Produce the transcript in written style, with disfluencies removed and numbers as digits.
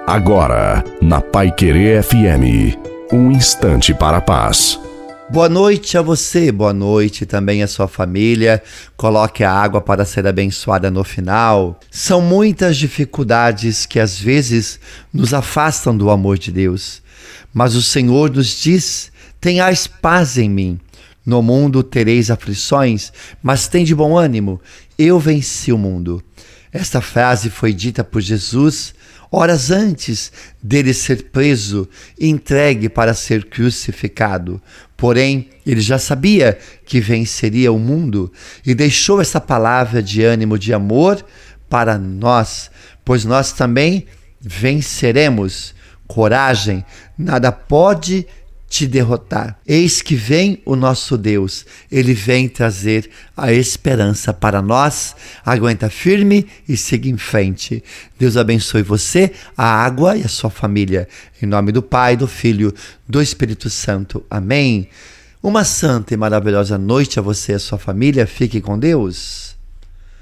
Agora, na Paiquerê FM, um instante para a paz. Boa noite a você, boa noite também à sua família. Coloque a água para ser abençoada no final. São muitas dificuldades que às vezes nos afastam do amor de Deus. Mas o Senhor nos diz: tenhais paz em mim. No mundo tereis aflições, mas tende bom ânimo. Eu venci o mundo. Esta frase foi dita por Jesus horas antes dele ser preso e entregue para ser crucificado. Porém, ele já sabia que venceria o mundo e deixou essa palavra de ânimo, de amor para nós, pois nós também venceremos. Coragem, nada pode te derrotar. Eis que vem o nosso Deus. Ele vem trazer a esperança para nós. Aguenta firme e siga em frente. Deus abençoe você, a água e a sua família. Em nome do Pai, do Filho, do Espírito Santo. Amém. Uma santa e maravilhosa noite a você e a sua família. Fique com Deus.